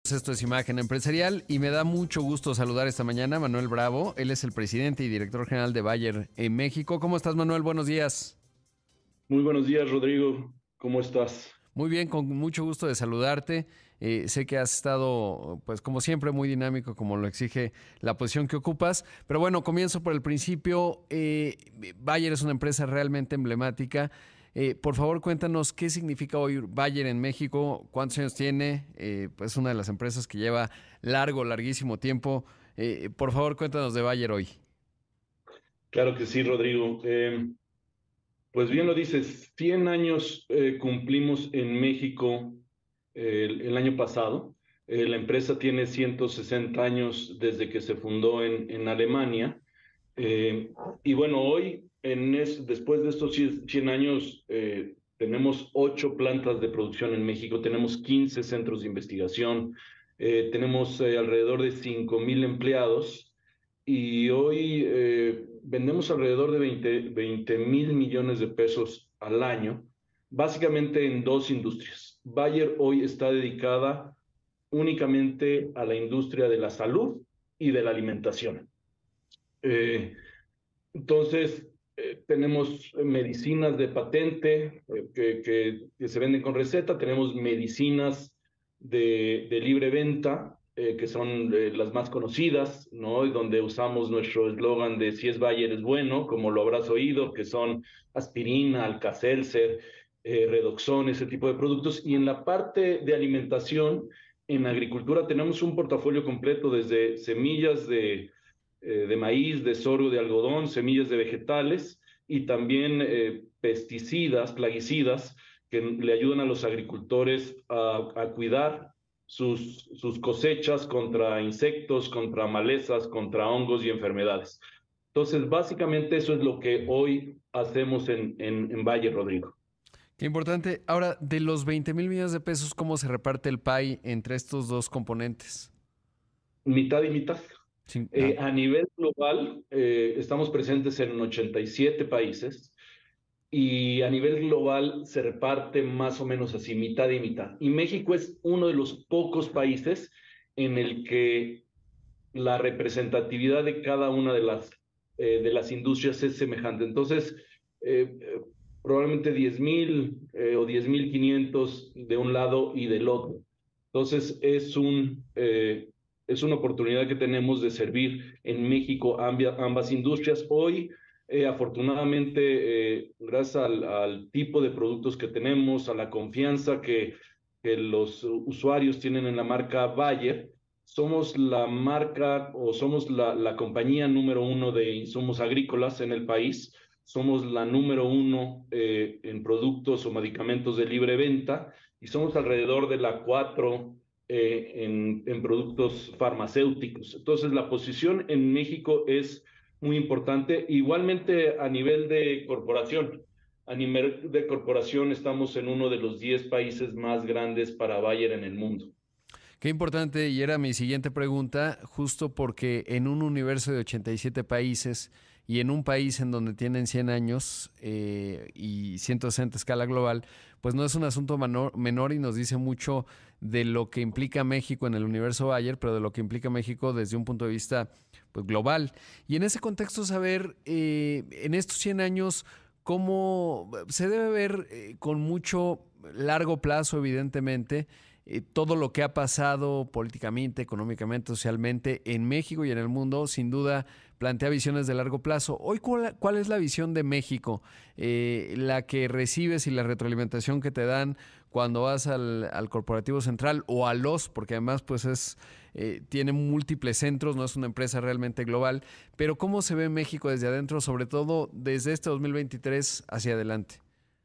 Esto es Imagen Empresarial y me da mucho gusto saludar esta mañana a Manuel Bravo. Él es el presidente y director general de Bayer en México. ¿Cómo estás, Manuel? Buenos días. Muy buenos días, Rodrigo. ¿Cómo estás? Muy bien, con mucho gusto de saludarte. Sé que has estado, pues como siempre, muy dinámico, como lo exige la posición que ocupas. Pero bueno, comienzo por el principio. Bayer es una empresa realmente emblemática. Por favor, cuéntanos qué significa hoy Bayer en México, cuántos años tiene. Pues una de las empresas que lleva larguísimo tiempo. Por favor, cuéntanos de Bayer hoy. Claro que sí, Rodrigo. Pues bien lo dices, 100 años cumplimos en México el año pasado. La empresa tiene 160 años desde que se fundó en Alemania. Eh, y bueno, hoy, después de estos 100 años, tenemos 8 plantas de producción en México, tenemos 15 centros de investigación, tenemos alrededor de 5,000 empleados y hoy vendemos alrededor de 20,000 millones de pesos al año, básicamente en dos industrias. Bayer hoy está dedicada únicamente a la industria de la salud y de la alimentación. Eh, entonces, tenemos medicinas de patente que se venden con receta, tenemos medicinas de libre venta, que son las más conocidas, ¿no? Y donde usamos nuestro eslogan de si es Bayer es bueno, como lo habrás oído, que son aspirina, Alka-Seltzer, Redoxon, ese tipo de productos. Y en la parte de alimentación, en agricultura tenemos un portafolio completo desde semillas de maíz, de sorgo, de algodón, semillas de vegetales y también pesticidas, plaguicidas que le ayudan a los agricultores a cuidar sus cosechas contra insectos, contra malezas, contra hongos y enfermedades. Entonces, básicamente eso es lo que hoy hacemos en Valle, Rodrigo. Qué importante. Ahora, de los 20,000 millones de pesos, ¿cómo se reparte el pie entre estos dos componentes? Mitad y mitad. Sí, A nivel global, estamos presentes en 87 países y a nivel global se reparte más o menos así, mitad y mitad. Y México es uno de los pocos países en el que la representatividad de cada una de las industrias es semejante. Entonces, probablemente 10,000 o 10,500 de un lado y del otro. Entonces, es una oportunidad que tenemos de servir en México ambas industrias. Hoy, afortunadamente, gracias al tipo de productos que tenemos, a la confianza que los usuarios tienen en la marca Bayer, somos la marca o somos la compañía número uno de insumos agrícolas en el país. Somos la número uno en productos o medicamentos de libre venta y somos alrededor de la cuatro en productos farmacéuticos. Entonces, la posición en México es muy importante. Igualmente a nivel de corporación. A nivel de corporación estamos en uno de los 10 países más grandes para Bayer en el mundo. qué importante, y era mi siguiente pregunta, justo porque en un universo de 87 países y en un país en donde tienen 100 años y 160 a escala global, pues no es un asunto menor y nos dice mucho de lo que implica México en el universo Bayer, pero de lo que implica México desde un punto de vista pues, global. Y en ese contexto, saber en estos 100 años cómo se debe ver con mucho largo plazo, evidentemente, todo lo que ha pasado políticamente, económicamente, socialmente en México y en el mundo, sin duda plantea visiones de largo plazo. Hoy, ¿cuál es la visión de México? La que recibes y la retroalimentación que te dan cuando vas al corporativo central o a los, porque además pues tiene múltiples centros, no es una empresa realmente global, pero ¿cómo se ve México desde adentro, sobre todo desde este 2023 hacia adelante?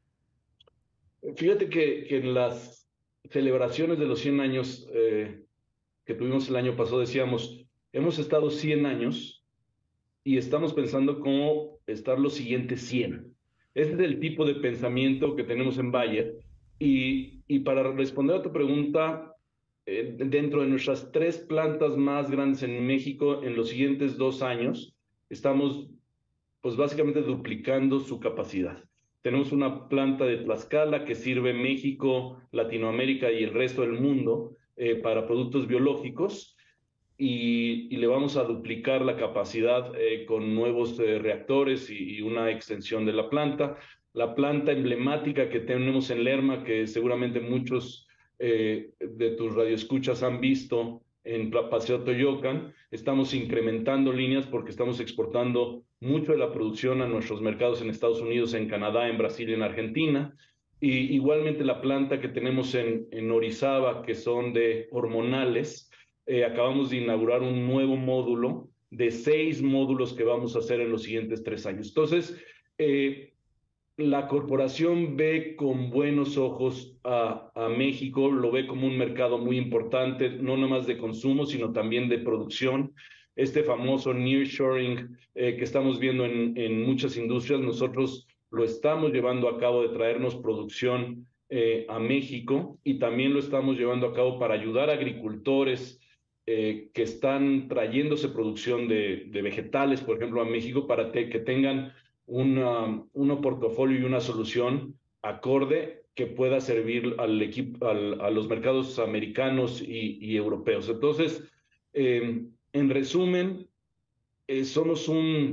Fíjate que en las celebraciones de los 100 años que tuvimos el año pasado decíamos, hemos estado 100 años y estamos pensando cómo estar los siguientes 100. Ese es el tipo de pensamiento que tenemos en Bayer. Y para responder a tu pregunta, dentro de nuestras 3 plantas más grandes en México, en los siguientes 2 años, estamos pues básicamente duplicando su capacidad. Tenemos una planta de Tlaxcala que sirve México, Latinoamérica y el resto del mundo. para productos biológicos y le vamos a duplicar la capacidad con nuevos reactores y una extensión de la planta. La planta emblemática que tenemos en Lerma, que seguramente muchos de tus radioescuchas han visto en Paseo Toyocan, estamos incrementando líneas porque estamos exportando mucho de la producción a nuestros mercados en Estados Unidos, en Canadá, en Brasil y en Argentina. Y igualmente la planta que tenemos en Orizaba, que son de hormonales, acabamos de inaugurar un nuevo módulo de 6 módulos que vamos a hacer en los siguientes 3 años. Entonces, la corporación ve con buenos ojos a México, lo ve como un mercado muy importante, no nomás de consumo, sino también de producción. Este famoso nearshoring que estamos viendo en muchas industrias, nosotros lo estamos llevando a cabo de traernos producción a México y también lo estamos llevando a cabo para ayudar a agricultores que están trayéndose producción de vegetales, por ejemplo, a México para que tengan un portafolio y una solución acorde que pueda servir al equipo, a los mercados americanos y europeos. Entonces, en resumen, somos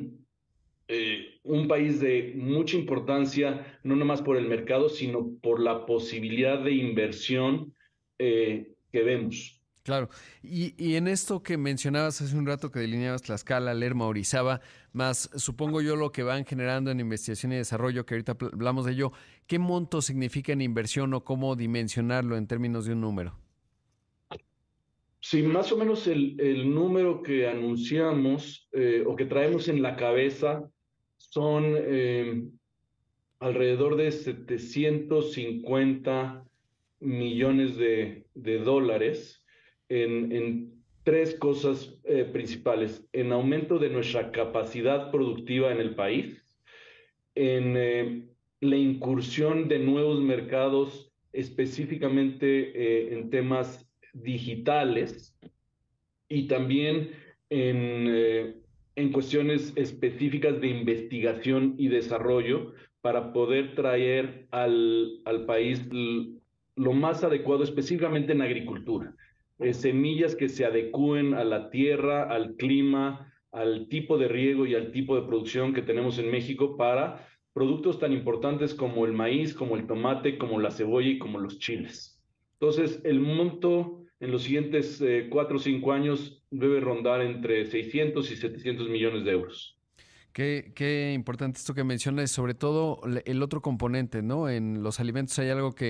un país de mucha importancia, no nomás por el mercado, sino por la posibilidad de inversión que vemos. Claro, y en esto que mencionabas hace un rato que delineabas Tlaxcala, Lerma, Orizaba, más supongo yo lo que van generando en investigación y desarrollo, que ahorita hablamos de ello, ¿qué monto significa en inversión o cómo dimensionarlo en términos de un número? Sí, más o menos el número que anunciamos o que traemos en la cabeza son alrededor de 750 millones de dólares en 3 cosas principales: en aumento de nuestra capacidad productiva en el país, en la incursión de nuevos mercados, específicamente en temas digitales, y también en cuestiones específicas de investigación y desarrollo para poder traer al país lo más adecuado, específicamente en agricultura. Semillas que se adecúen a la tierra, al clima, al tipo de riego y al tipo de producción que tenemos en México para productos tan importantes como el maíz, como el tomate, como la cebolla y como los chiles. Entonces, el monto en los siguientes 4 o 5 años debe rondar entre 600 y 700 millones de euros. Qué importante esto que mencionas, sobre todo el otro componente, ¿no? En los alimentos hay algo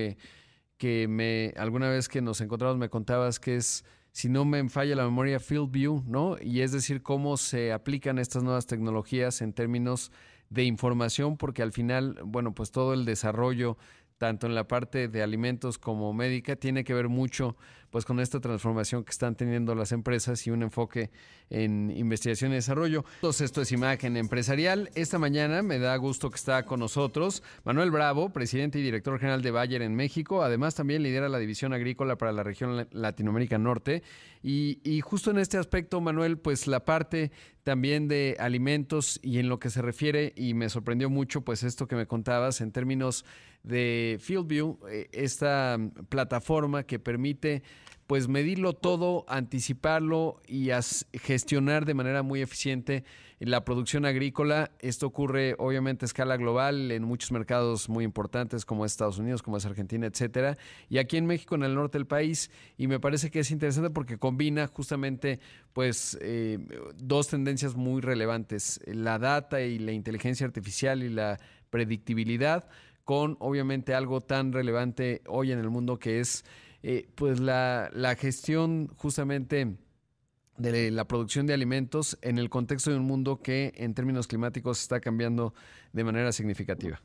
que alguna vez que nos encontramos me contabas que es, si no me falla la memoria, Field View, ¿no? Y es decir, cómo se aplican estas nuevas tecnologías en términos de información, porque al final, bueno, pues todo el desarrollo, tanto en la parte de alimentos como médica, tiene que ver mucho pues con esta transformación que están teniendo las empresas y un enfoque en investigación y desarrollo. Entonces, esto es Imagen Empresarial. Esta mañana me da gusto que está con nosotros Manuel Bravo, presidente y director general de Bayer en México. Además, también lidera la división agrícola para la región Latinoamérica Norte. Y justo en este aspecto, Manuel, pues la parte también de alimentos y en lo que se refiere, y me sorprendió mucho pues esto que me contabas en términos de FieldView, esta plataforma que permite pues medirlo todo, anticiparlo y gestionar de manera muy eficiente la producción agrícola. Esto ocurre obviamente a escala global en muchos mercados muy importantes como es Estados Unidos, como es Argentina, etcétera. Y aquí en México, en el norte del país, y me parece que es interesante porque combina justamente pues dos tendencias muy relevantes: la data y la inteligencia artificial y la predictibilidad, con obviamente algo tan relevante hoy en el mundo que es pues la gestión justamente de la producción de alimentos en el contexto de un mundo que en términos climáticos está cambiando de manera significativa.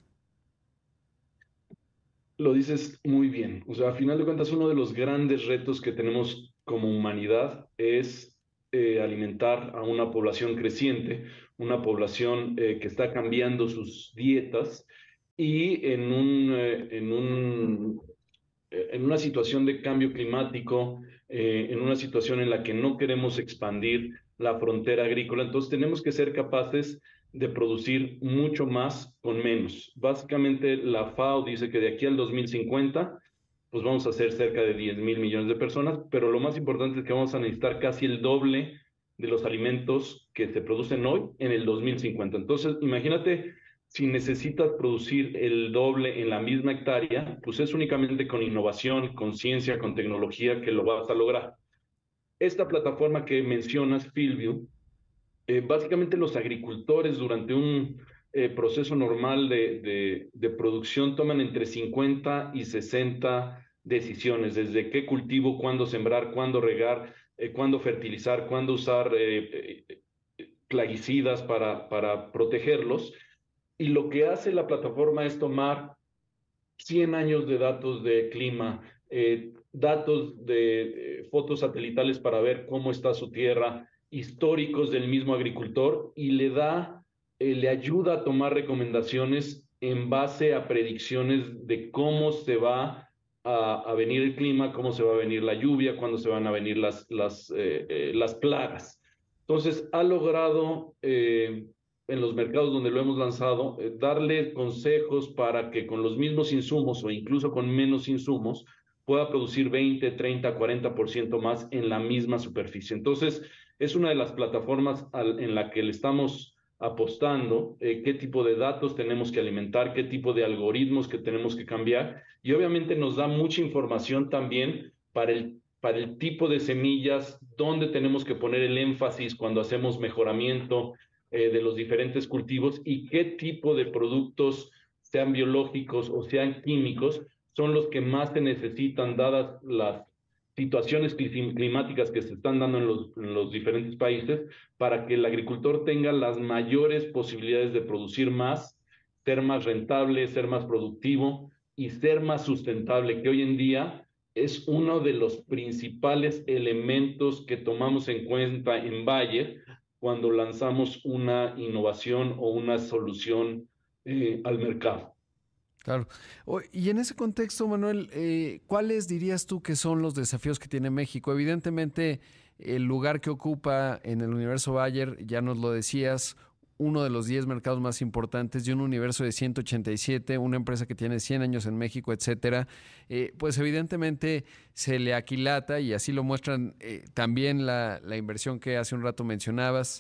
Lo dices muy bien. O sea, a final de cuentas, uno de los grandes retos que tenemos como humanidad es alimentar a una población creciente, una población que está cambiando sus dietas y en una situación de cambio climático, en una situación en la que no queremos expandir la frontera agrícola. Entonces tenemos que ser capaces de producir mucho más con menos. Básicamente la FAO dice que de aquí al 2050 pues vamos a ser cerca de 10,000 millones de personas, pero lo más importante es que vamos a necesitar casi el doble de los alimentos que se producen hoy en el 2050. Entonces, imagínate si necesitas producir el doble en la misma hectárea, pues es únicamente con innovación, con ciencia, con tecnología que lo vas a lograr. Esta plataforma que mencionas, Fieldview, básicamente los agricultores durante un proceso normal de producción toman entre 50 y 60 decisiones, desde qué cultivo, cuándo sembrar, cuándo regar, cuándo fertilizar, cuándo usar plaguicidas para protegerlos. Y lo que hace la plataforma es tomar 100 años de datos de clima, datos de fotos satelitales para ver cómo está su tierra, históricos del mismo agricultor y le ayuda a tomar recomendaciones en base a predicciones de cómo se va a venir el clima, cómo se va a venir la lluvia, cuándo se van a venir las plagas. Entonces, ha logrado en los mercados donde lo hemos lanzado, darle consejos para que con los mismos insumos o incluso con menos insumos pueda producir 20, 30, 40% más en la misma superficie. Entonces, es una de las plataformas en la que le estamos apostando, qué tipo de datos tenemos que alimentar, qué tipo de algoritmos que tenemos que cambiar y obviamente nos da mucha información también para el tipo de semillas, dónde tenemos que poner el énfasis cuando hacemos mejoramiento, de los diferentes cultivos y qué tipo de productos, sean biológicos o sean químicos, son los que más se necesitan dadas las situaciones climáticas que se están dando en los diferentes países para que el agricultor tenga las mayores posibilidades de producir más, ser más rentable, ser más productivo y ser más sustentable, que hoy en día es uno de los principales elementos que tomamos en cuenta en Bayer cuando lanzamos una innovación o una solución al mercado. Claro. Y en ese contexto, Manuel, ¿cuáles dirías tú que son los desafíos que tiene México? Evidentemente, el lugar que ocupa en el universo Bayer, ya nos lo decías, uno de los 10 mercados más importantes de un universo de 187, una empresa que tiene 100 años en México, etcétera, pues evidentemente se le aquilata y así lo muestran también la inversión que hace un rato mencionabas.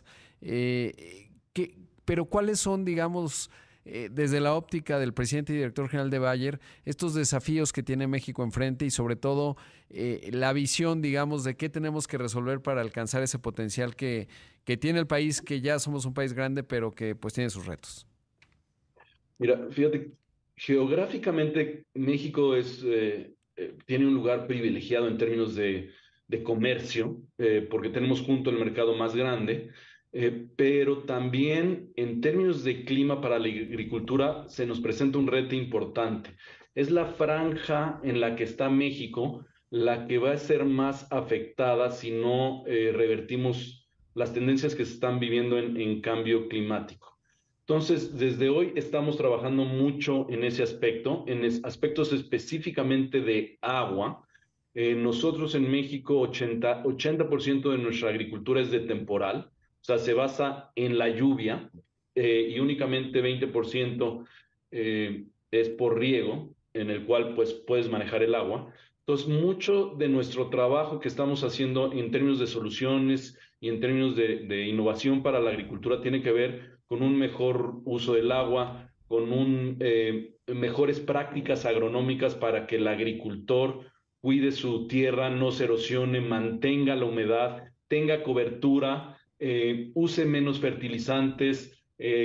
Pero ¿cuáles son, digamos, desde la óptica del presidente y director general de Bayer, estos desafíos que tiene México enfrente y sobre todo la visión, digamos, de qué tenemos que resolver para alcanzar ese potencial que tiene el país, que ya somos un país grande, pero que pues tiene sus retos? Mira, fíjate, geográficamente México tiene un lugar privilegiado en términos de comercio, porque tenemos junto el mercado más grande, pero también en términos de clima para la agricultura se nos presenta un reto importante. Es la franja en la que está México la que va a ser más afectada si no revertimos las tendencias que se están viviendo en cambio climático. Entonces, desde hoy estamos trabajando mucho en ese aspecto, aspectos específicamente de agua. Nosotros en México, 80% de nuestra agricultura es de temporal, o sea, se basa en la lluvia y únicamente 20% es por riego, en el cual pues puedes manejar el agua. Entonces, mucho de nuestro trabajo que estamos haciendo en términos de soluciones y en términos de innovación para la agricultura tiene que ver con un mejor uso del agua, con mejores prácticas agronómicas para que el agricultor cuide su tierra, no se erosione, mantenga la humedad, tenga cobertura, use menos fertilizantes,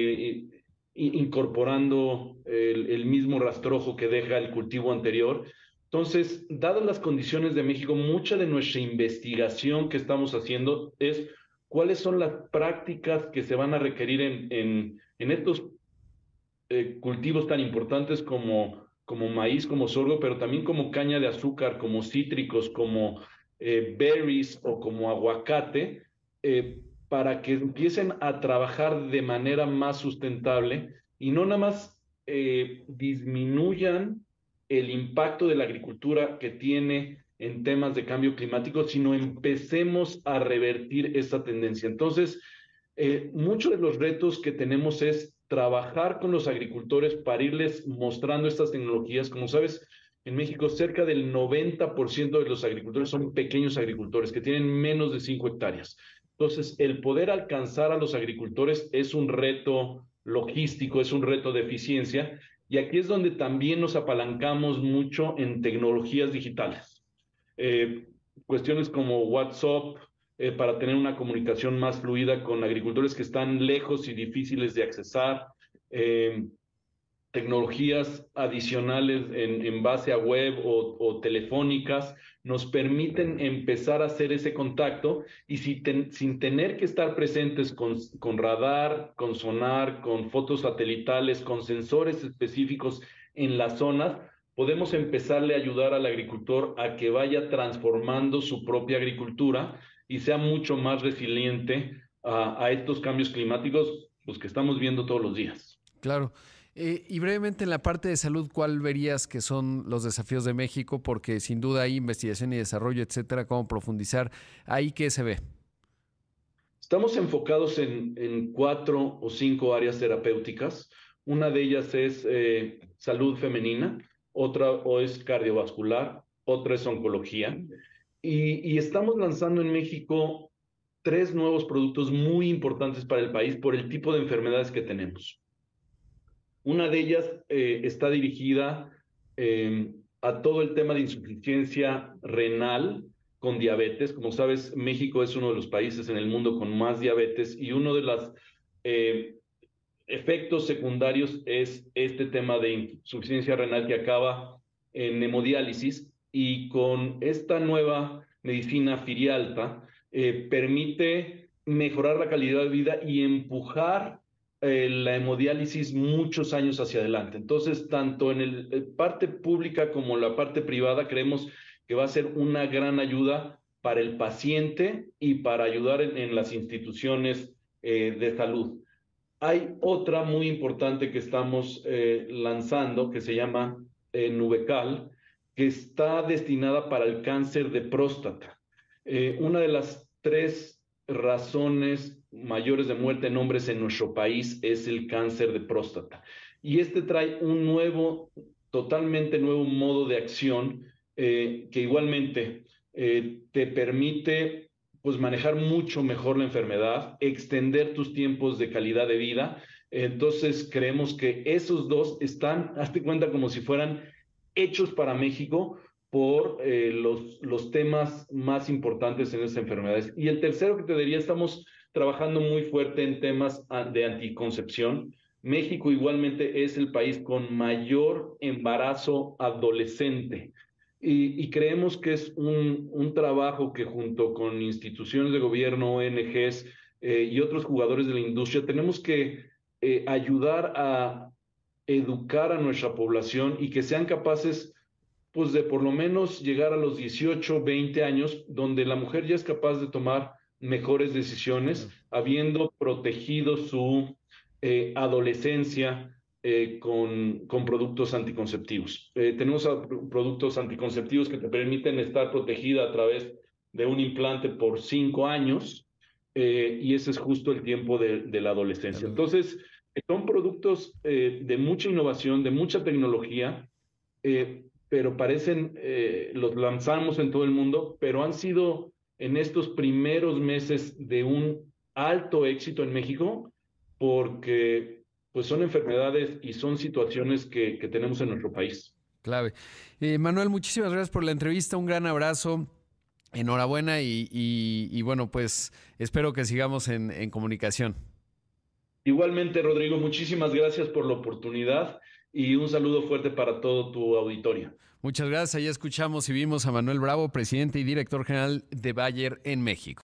incorporando el mismo rastrojo que deja el cultivo anterior. Entonces, dadas las condiciones de México, mucha de nuestra investigación que estamos haciendo es cuáles son las prácticas que se van a requerir en estos cultivos tan importantes como maíz, como sorgo, pero también como caña de azúcar, como cítricos, como berries o como aguacate, para que empiecen a trabajar de manera más sustentable y no nada más disminuyan el impacto de la agricultura que tiene en temas de cambio climático, sino empecemos a revertir esta tendencia. Entonces, muchos de los retos que tenemos es trabajar con los agricultores para irles mostrando estas tecnologías. Como sabes, En México, cerca del 90% de los agricultores son pequeños agricultores que tienen menos de 5 hectáreas. Entonces, el poder alcanzar a los agricultores es un reto logístico, es un reto de eficiencia, y aquí es donde también nos apalancamos mucho en tecnologías digitales. Eh, Cuestiones como WhatsApp, para tener una comunicación más fluida con agricultores que están lejos y difíciles de accesar. Eh, Tecnologías adicionales en base a web o telefónicas nos permiten empezar a hacer ese contacto y sin tener que estar presentes con radar, con sonar, con fotos satelitales, con sensores específicos en las zonas, podemos empezarle a ayudar al agricultor a que vaya transformando su propia agricultura y sea mucho más resiliente a estos cambios climáticos, pues, que estamos viendo todos los días. Claro. Y brevemente en la parte de salud, ¿cuál verías que son los desafíos de México? Porque sin duda hay investigación y desarrollo, etcétera, cómo profundizar. ¿Ahí qué se ve? Estamos enfocados en 4 o 5 áreas terapéuticas. Una de ellas es salud femenina, otra o es cardiovascular, otra es oncología. Y estamos lanzando en México 3 nuevos productos muy importantes para el país por el tipo de enfermedades que tenemos. Una de ellas está dirigida a todo el tema de insuficiencia renal con diabetes. Como sabes, México es uno de los países en el mundo con más diabetes, y uno de los eh, efectos secundarios es este tema de insuficiencia renal que acaba en hemodiálisis, y con esta nueva medicina Firialta permite mejorar la calidad de vida y empujar la hemodiálisis muchos años hacia adelante. Entonces, tanto en el parte pública como la parte privada, creemos que va a ser una gran ayuda para el paciente y para ayudar en las instituciones de salud. Hay otra muy importante que estamos lanzando que se llama Nubecal, que está destinada para el cáncer de próstata. Una de las 3 razones mayores de muerte en hombres en nuestro país es el cáncer de próstata. Y este trae un totalmente nuevo modo de acción, que igualmente te permite, pues, manejar mucho mejor la enfermedad, extender tus tiempos de calidad de vida. Entonces creemos que esos dos están, hazte cuenta, como si fueran hechos para México por los temas más importantes en estas enfermedades. Y el tercero que te diría, estamos trabajando muy fuerte en temas de anticoncepción. México igualmente es el país con mayor embarazo adolescente. Y creemos que es un trabajo que, junto con instituciones de gobierno, ONGs y otros jugadores de la industria, tenemos que ayudar a educar a nuestra población y que sean capaces, pues, de por lo menos llegar a los 18, 20 años, donde la mujer ya es capaz de tomar mejores decisiones, habiendo protegido su adolescencia con productos anticonceptivos. Tenemos productos anticonceptivos que te permiten estar protegida a través de un implante por 5 años, y ese es justo el tiempo de la adolescencia. Salud. Entonces, son productos de mucha innovación, de mucha tecnología, pero los lanzamos en todo el mundo, pero han sido en estos primeros meses de un alto éxito en México, porque, pues, son enfermedades y son situaciones que tenemos en nuestro país. Clave. Manuel, muchísimas gracias por la entrevista. Un gran abrazo. Enhorabuena y bueno, pues espero que sigamos en comunicación. Igualmente, Rodrigo, muchísimas gracias por la oportunidad y un saludo fuerte para todo tu auditorio. Muchas gracias. Ya escuchamos y vimos a Manuel Bravo, presidente y director general de Bayer en México.